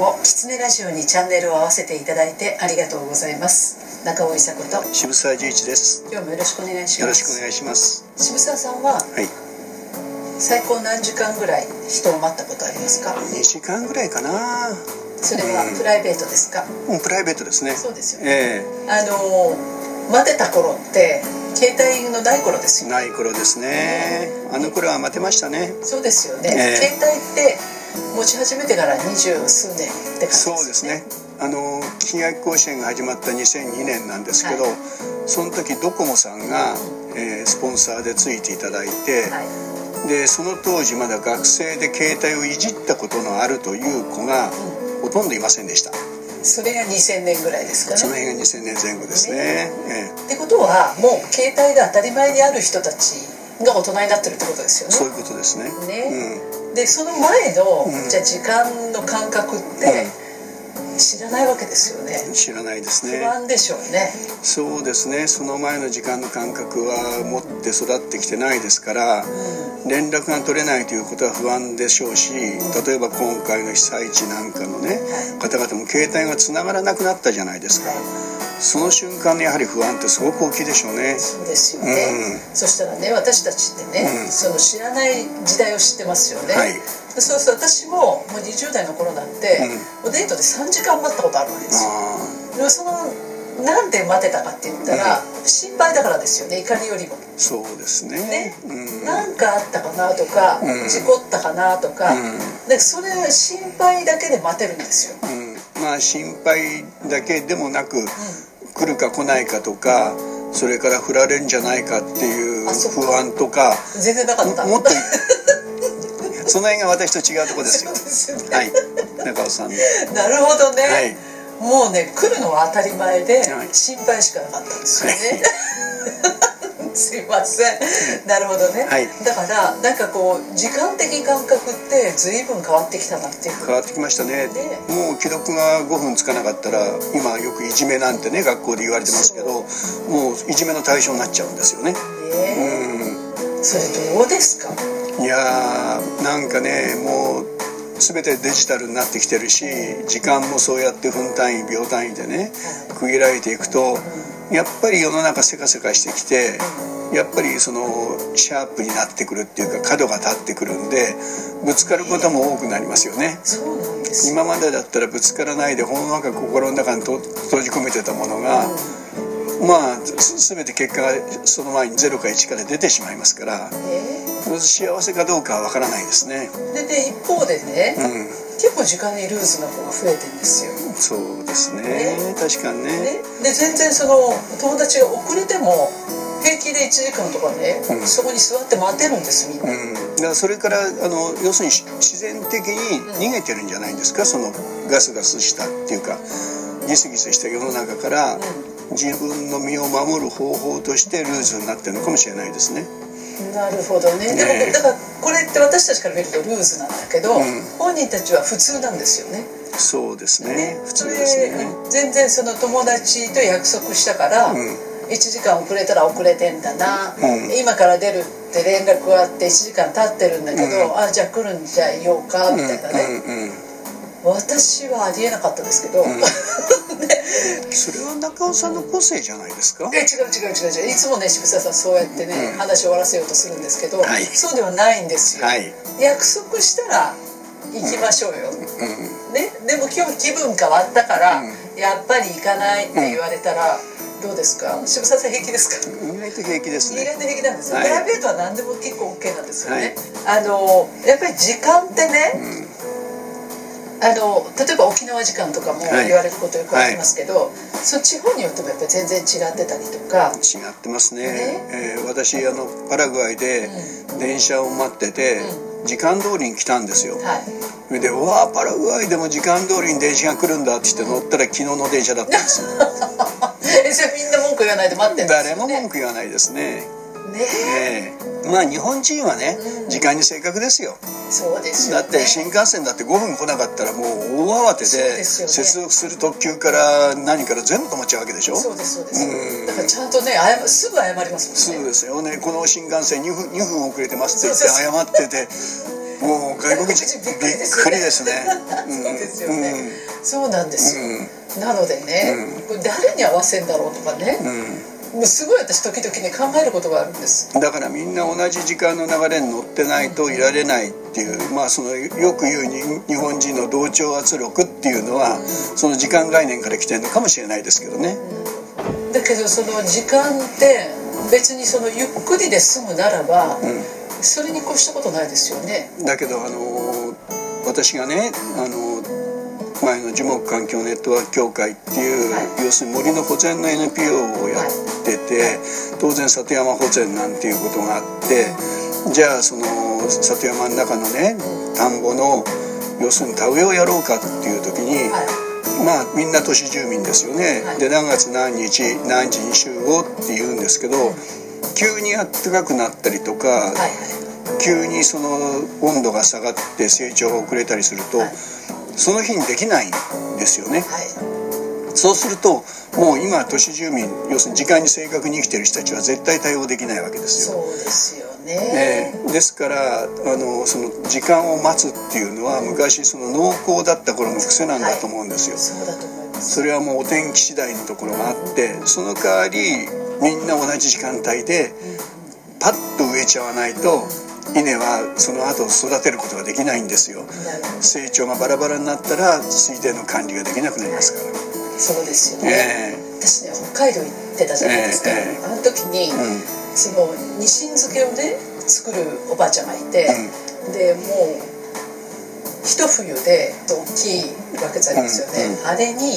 もキツネラジオにチャンネルを合わせていただいてありがとうございます。中尾伊佐子と渋沢十一です。 今日もよろしくお願いします。 よろしくお願いします。 渋沢さんは、最高何時間ぐらい人を待ったことありますか ？2時間ぐらいかな。 それはプライベートですか？ プライベートですね。 そうですよね。待てた頃って携帯のない頃ですよね。 ない頃ですね。あの頃は待てましたね。 そうですよね。携帯って持ち始めてから二十数年って感じですね。 そうですね。金額甲子園が始まった2002年なんですけど、その時ドコモさんが、スポンサーでついていただいて、でその当時まだ学生で携帯をいじったことのあるという子がほとんどいませんでした。 それが2000年ぐらいですかね。 その辺が2000年前後ですね。 ってことはもう携帯が当たり前にある人たちが大人になってるってことですよね。 そういうことですね。 でその前の、じゃあ時間の感覚って知らないわけですよね。 知らないですね。 不安でしょうね。 そうですね。その前の時間の感覚は持って育ってきてないですから、連絡が取れないということは不安でしょうし、例えば今回の被災地なんかのね、方々も携帯がつながらなくなったじゃないですか。その瞬間のやはり不安ってすごく大きいでしょうね。そうですよね。そしたらね、私たちってね、その知らない時代を知ってますよね。そうすると私もう20代の頃なんて、デートで3時間待ったことあるわけですよ。でもそのなんで待てたかって言ったら、心配だからですよね。怒りよりも。 そうですね。 なんかあったかなとか、事故ったかなとか、でそれ心配だけで待てるんですよ。 まあ心配だけでもなく、来るか来ないかとか、それから振られるんじゃないかっていう不安とか、 全然なかった。 もっとその辺が私と違うところですよ。はい、中尾さん。 なるほどね。もうね、来るのは当たり前で心配しかなかったんですよね。すいません。なるほどね。だからなんかこう時間的感覚って随分変わってきたなっていう。 変わってきましたね。もう既読が5分つかなかったら、今よくいじめなんてね、学校で言われてますけど、もういじめの対象になっちゃうんですよね。 それどうですか？ いやー、なんかね、もう全てデジタルになってきてるし、時間もそうやって分単位秒単位でね区切られていくと、やっぱり世の中せかせかしてきて、やっぱりそのシャープになってくるっていうか、角が立ってくるんで、ぶつかることも多くなりますよね。 そうなんです。 今までだったらぶつからないでほんわか心の中に閉じ込めてたものが、まあ全て結果がその前に0か1から出てしまいますから、幸せかどうかは分からないですね。 で一方でね、結構時間にルーズな方が増えてるんですよ。 そうですね。確かにね。 で全然その友達が遅れても平気で1時間とかね、そこに座って待てるんですみんな。 だからそれから要するに自然的に逃げてるんじゃないんですか。そのガスガスしたっていうかギスギスした世の中から、自分の身を守る方法としてルーズになってるのかもしれないですね。 なるほどね。でもだからこれって私たちから見るとルーズなんだけど、本人たちは普通なんですよね。 そうですね。普通ですね。 全然その友達と約束したから、1時間遅れたら遅れてんだな、今から出るって連絡があって1時間経ってるんだけど、じゃあ来るんじゃいようかみたいなね。私はありえなかったですけど、 それは中尾さんの個性じゃないですか？ 違う。いつもね、渋沢さんそうやってね、話を終わらせようとするんですけど、そうではないんですよ。約束したら行きましょうよ、でも今日気分変わったから、やっぱり行かないって言われたらどうですか？渋沢さん平気ですか？ 意外と平気ですね。 意外と平気なんですよ。プライベートは何でも結構 OK なんですよね。やっぱり時間ってね、例えば沖縄時間とかも言われることよくありますけど、その地方によってもやっぱり全然違ってたりとか。 違ってますね。私パラグアイで電車を待ってて、時間通りに来たんですよ。で、うわー、パラグアイでも時間通りに電車が来るんだって言って乗ったら昨日の電車だったんですよ。 じゃあみんな文句言わないで待ってるんですよね。 誰も文句言わないですね。まあ日本人はね、時間に正確ですよ。 そうですよね。 だって新幹線だって5分来なかったらもう大慌てで、接続する特急から何から全部止まっちゃうわけでしょ。 そうです。だからちゃんとね、すぐ謝りますもんね。 そうですよね。この新幹線2分遅れてますって言って謝ってて、 もう外国人びっくりですね。 そうですよね。そうなんですよ。なのでね、これ誰に合わせんだろうとかね、もうすごい私時々ね考えることがあるんです。 だからみんな同じ時間の流れに乗ってないといられないっていう、まあそのよく言う日本人の同調圧力っていうのは、その時間概念から来てるのかもしれないですけどね。 だけどその時間って別にそのゆっくりで済むならば、それに越したことないですよね。 だけど私がね前の樹木環境ネットワーク協会っていう、要するに森の保全の NPO をやってて、当然里山保全なんていうことがあって、じゃあその里山の中のね田んぼの要するに田植えをやろうかっていう時に、まあみんな都市住民ですよね。で何月何日何時に集合って言うんですけど、急に暖かくなったりとか、急にその温度が下がって成長が遅れたりすると、その日にできないんですよね。そうするともう今都市住民、要するに時間に正確に生きてる人たちは絶対対応できないわけですよ。 そうですよね。 ですからその時間を待つっていうのは昔その農耕だった頃の癖なんだと思うんですよ。 そうだと思います。 それはもうお天気次第のところがあって、その代わりみんな同じ時間帯でパッと植えちゃわないと稲はその後育てることができないんですよ。成長がバラバラになったら水田の管理ができなくなりますから。 そうですよね。私ね北海道行ってたじゃないですか。あの時に、そのニシン漬けをね作るおばあちゃんがいて、でもう一冬で大きいわけじゃないですよね。あれに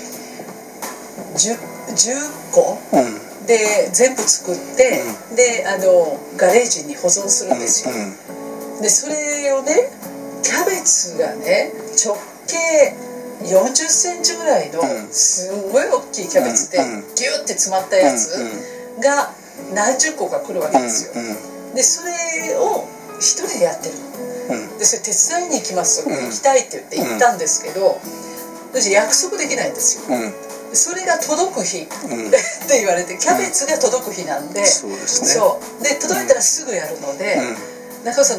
10個、で全部作って、でガレージに保存するんですよ。でそれをねキャベツがね直径40センチぐらいのすんごい大きいキャベツでギュッて詰まったやつが何十個か来るわけですよ。でそれを一人でやってるの。でそれ手伝いに行きますと、行きたいって言って行ったんですけど、私約束できないんですよ。それが届く日って言われて、キャベツが届く日なんで、そうで届いたらすぐやるので、中尾さん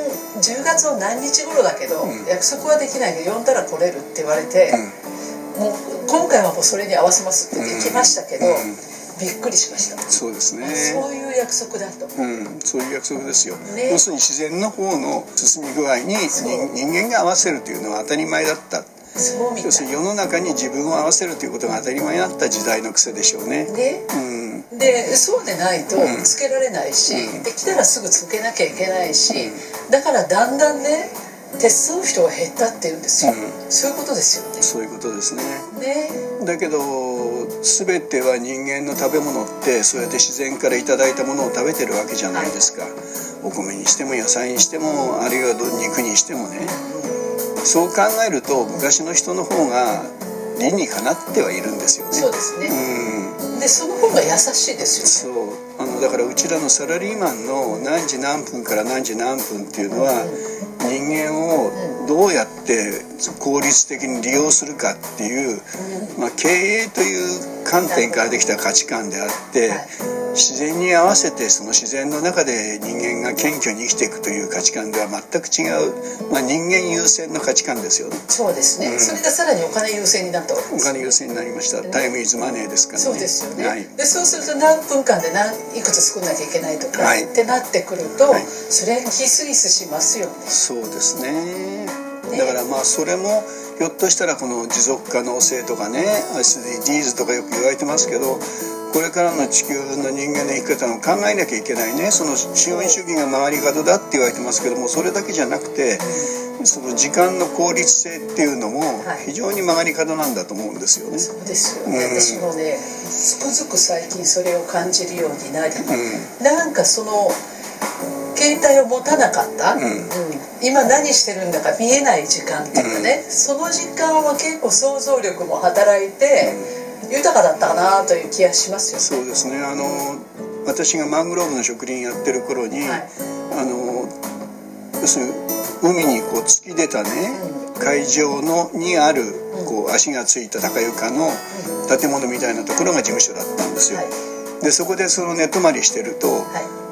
10月の何日頃だけど、約束はできないけど呼んだら来れるって言われて、もう今回はもうそれに合わせますって言って行きましたけど、びっくりしました。 そうですね。 そういう約束だと。 そういう約束ですよ。要するに自然の方の進み具合に人間が合わせるというのは当たり前だった。要するに世の中に自分を合わせるということが当たり前だった時代の癖でしょうね。 でそうでないとつけられないし、できたらすぐつけなきゃいけないし、だからだんだんね手伝う人が減ったっていうんですよ。そういうことですよね。 そういうことですね。だけど全ては人間の食べ物ってそうやって自然からいただいたものを食べてるわけじゃないですか。お米にしても野菜にしても、あるいは肉にしてもね。そう考えると昔の人の方が理にかなってはいるんですよね。 そうですね。でその方が優しいですよね。 そうだからうちらのサラリーマンの何時何分から何時何分っていうのは、人間をどうやって効率的に利用するかっていう、経営という観点からできた価値観であって、自然に合わせてその自然の中で人間が謙虚に生きていくという価値観では全く違う、人間優先の価値観ですよね。 そうですね。それがさらにお金優先になったわけです。 お金優先になりました。タイムイズマネーですからね。 そうですよね。でそうすると何分間でいくつ作んなきゃいけないとかってなってくると、それギスギスしますよね。 そうですね。だからそれもひょっとしたらこの持続可能性とかね SDGs とかよく言われてますけど、これからの地球の人間の生き方を考えなきゃいけないね。その資本主義が回り方だって言われてますけども、それだけじゃなくてその時間の効率性っていうのも非常に曲がり方なんだと思うんですよね。 そうですよね。私もねつくづく最近それを感じるようになり、なんかその携帯を持たなかった、今何してるんだか見えない時間っていうかね、その時間は結構想像力も働いて、豊かだったかなという気がしますよね。 そうですね。私がマングローブの植林やってる頃に、要するに海に突き出たね、海上にある足がついた高床の建物みたいなところが事務所だったんですよ。でそこでその寝泊まりしてると、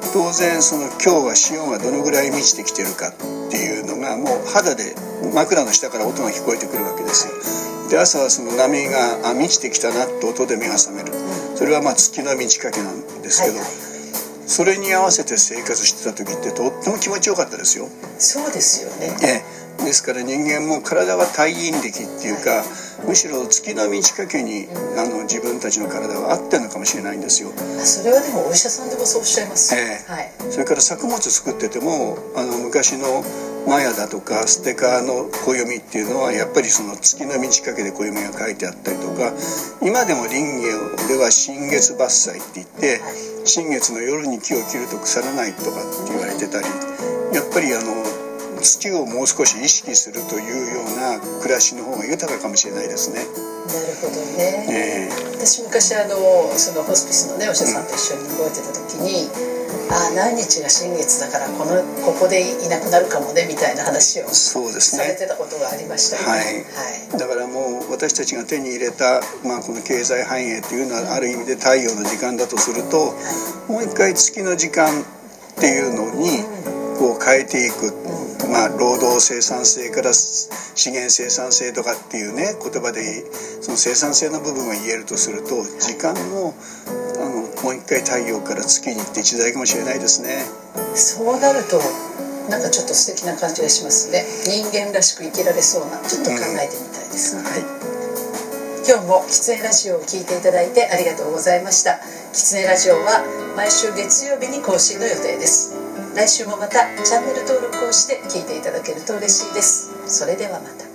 当然その今日は潮がどのぐらい満ちてきてるかっていうのがもう肌で枕の下から音が聞こえてくるわけですよ。で朝はその波が満ちてきたなって音で目が覚める。それは月の満ち欠けなんですけど、それに合わせて生活してた時ってとっても気持ちよかったですよ。 そうですよね。 ですから人間も体は太陰暦っていうか、むしろ月の満ち欠けに自分たちの体は合ってるのかもしれないんですよ。 それはでもお医者さんでもそうおっしゃいます。 それから作物作ってても昔のマヤだとかステカの暦っていうのはやっぱりその月の満ち欠けで暦が書いてあったりとか、今でも林業では新月伐採って言って新月の夜に木を切ると腐らないとかって言われてたり、やっぱり月をもう少し意識するというような暮らしの方が豊かかもしれないですね。 なるほどね。私昔そのホスピスのねお医者さんと一緒に動いてた時に、何日が新月だからここでいなくなるかもねみたいな話をされてたことがありましたよね。 だからもう私たちが手に入れた、この経済繁栄っていうのはある意味で太陽の時間だとすると、もう一回月の時間っていうのにこう変えていく。労働生産性から資源生産性とかっていうね言葉でその生産性の部分が言えるとすると、時間ももう一回太陽から月に行って一代かもしれないですね。 そうなるとなんかちょっと素敵な感じがしますね。人間らしく生きられそうな、ちょっと考えてみたいですね。今日もきつねラジオを聞いていただいてありがとうございました。きつねラジオは毎週月曜日に更新の予定です。来週もまたチャンネル登録をして聞いていただけると嬉しいです。それではまた。